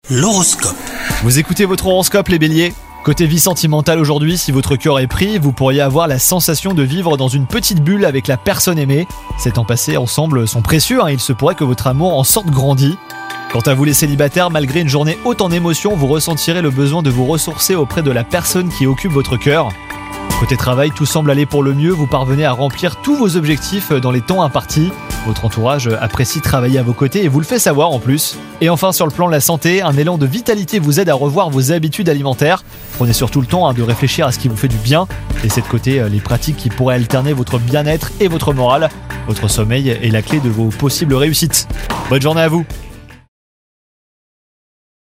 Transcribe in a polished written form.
L'horoscope. Vous écoutez votre horoscope les béliers ? Côté vie sentimentale aujourd'hui, si votre cœur est pris, vous pourriez avoir la sensation de vivre dans une petite bulle avec la personne aimée. Ces temps passés ensemble sont précieux, il se pourrait que votre amour en sorte grandi. Quant à vous les célibataires, malgré une journée haute en émotions, vous ressentirez le besoin de vous ressourcer auprès de la personne qui occupe votre cœur. Côté travail, tout semble aller pour le mieux, vous parvenez à remplir tous vos objectifs dans les temps impartis. Votre entourage apprécie travailler à vos côtés et vous le fait savoir en plus. Et enfin sur le plan de la santé, un élan de vitalité vous aide à revoir vos habitudes alimentaires. Prenez surtout le temps de réfléchir à ce qui vous fait du bien. Laissez de côté les pratiques qui pourraient alterner votre bien-être et votre morale. Votre sommeil est la clé de vos possibles réussites. Bonne journée à vous!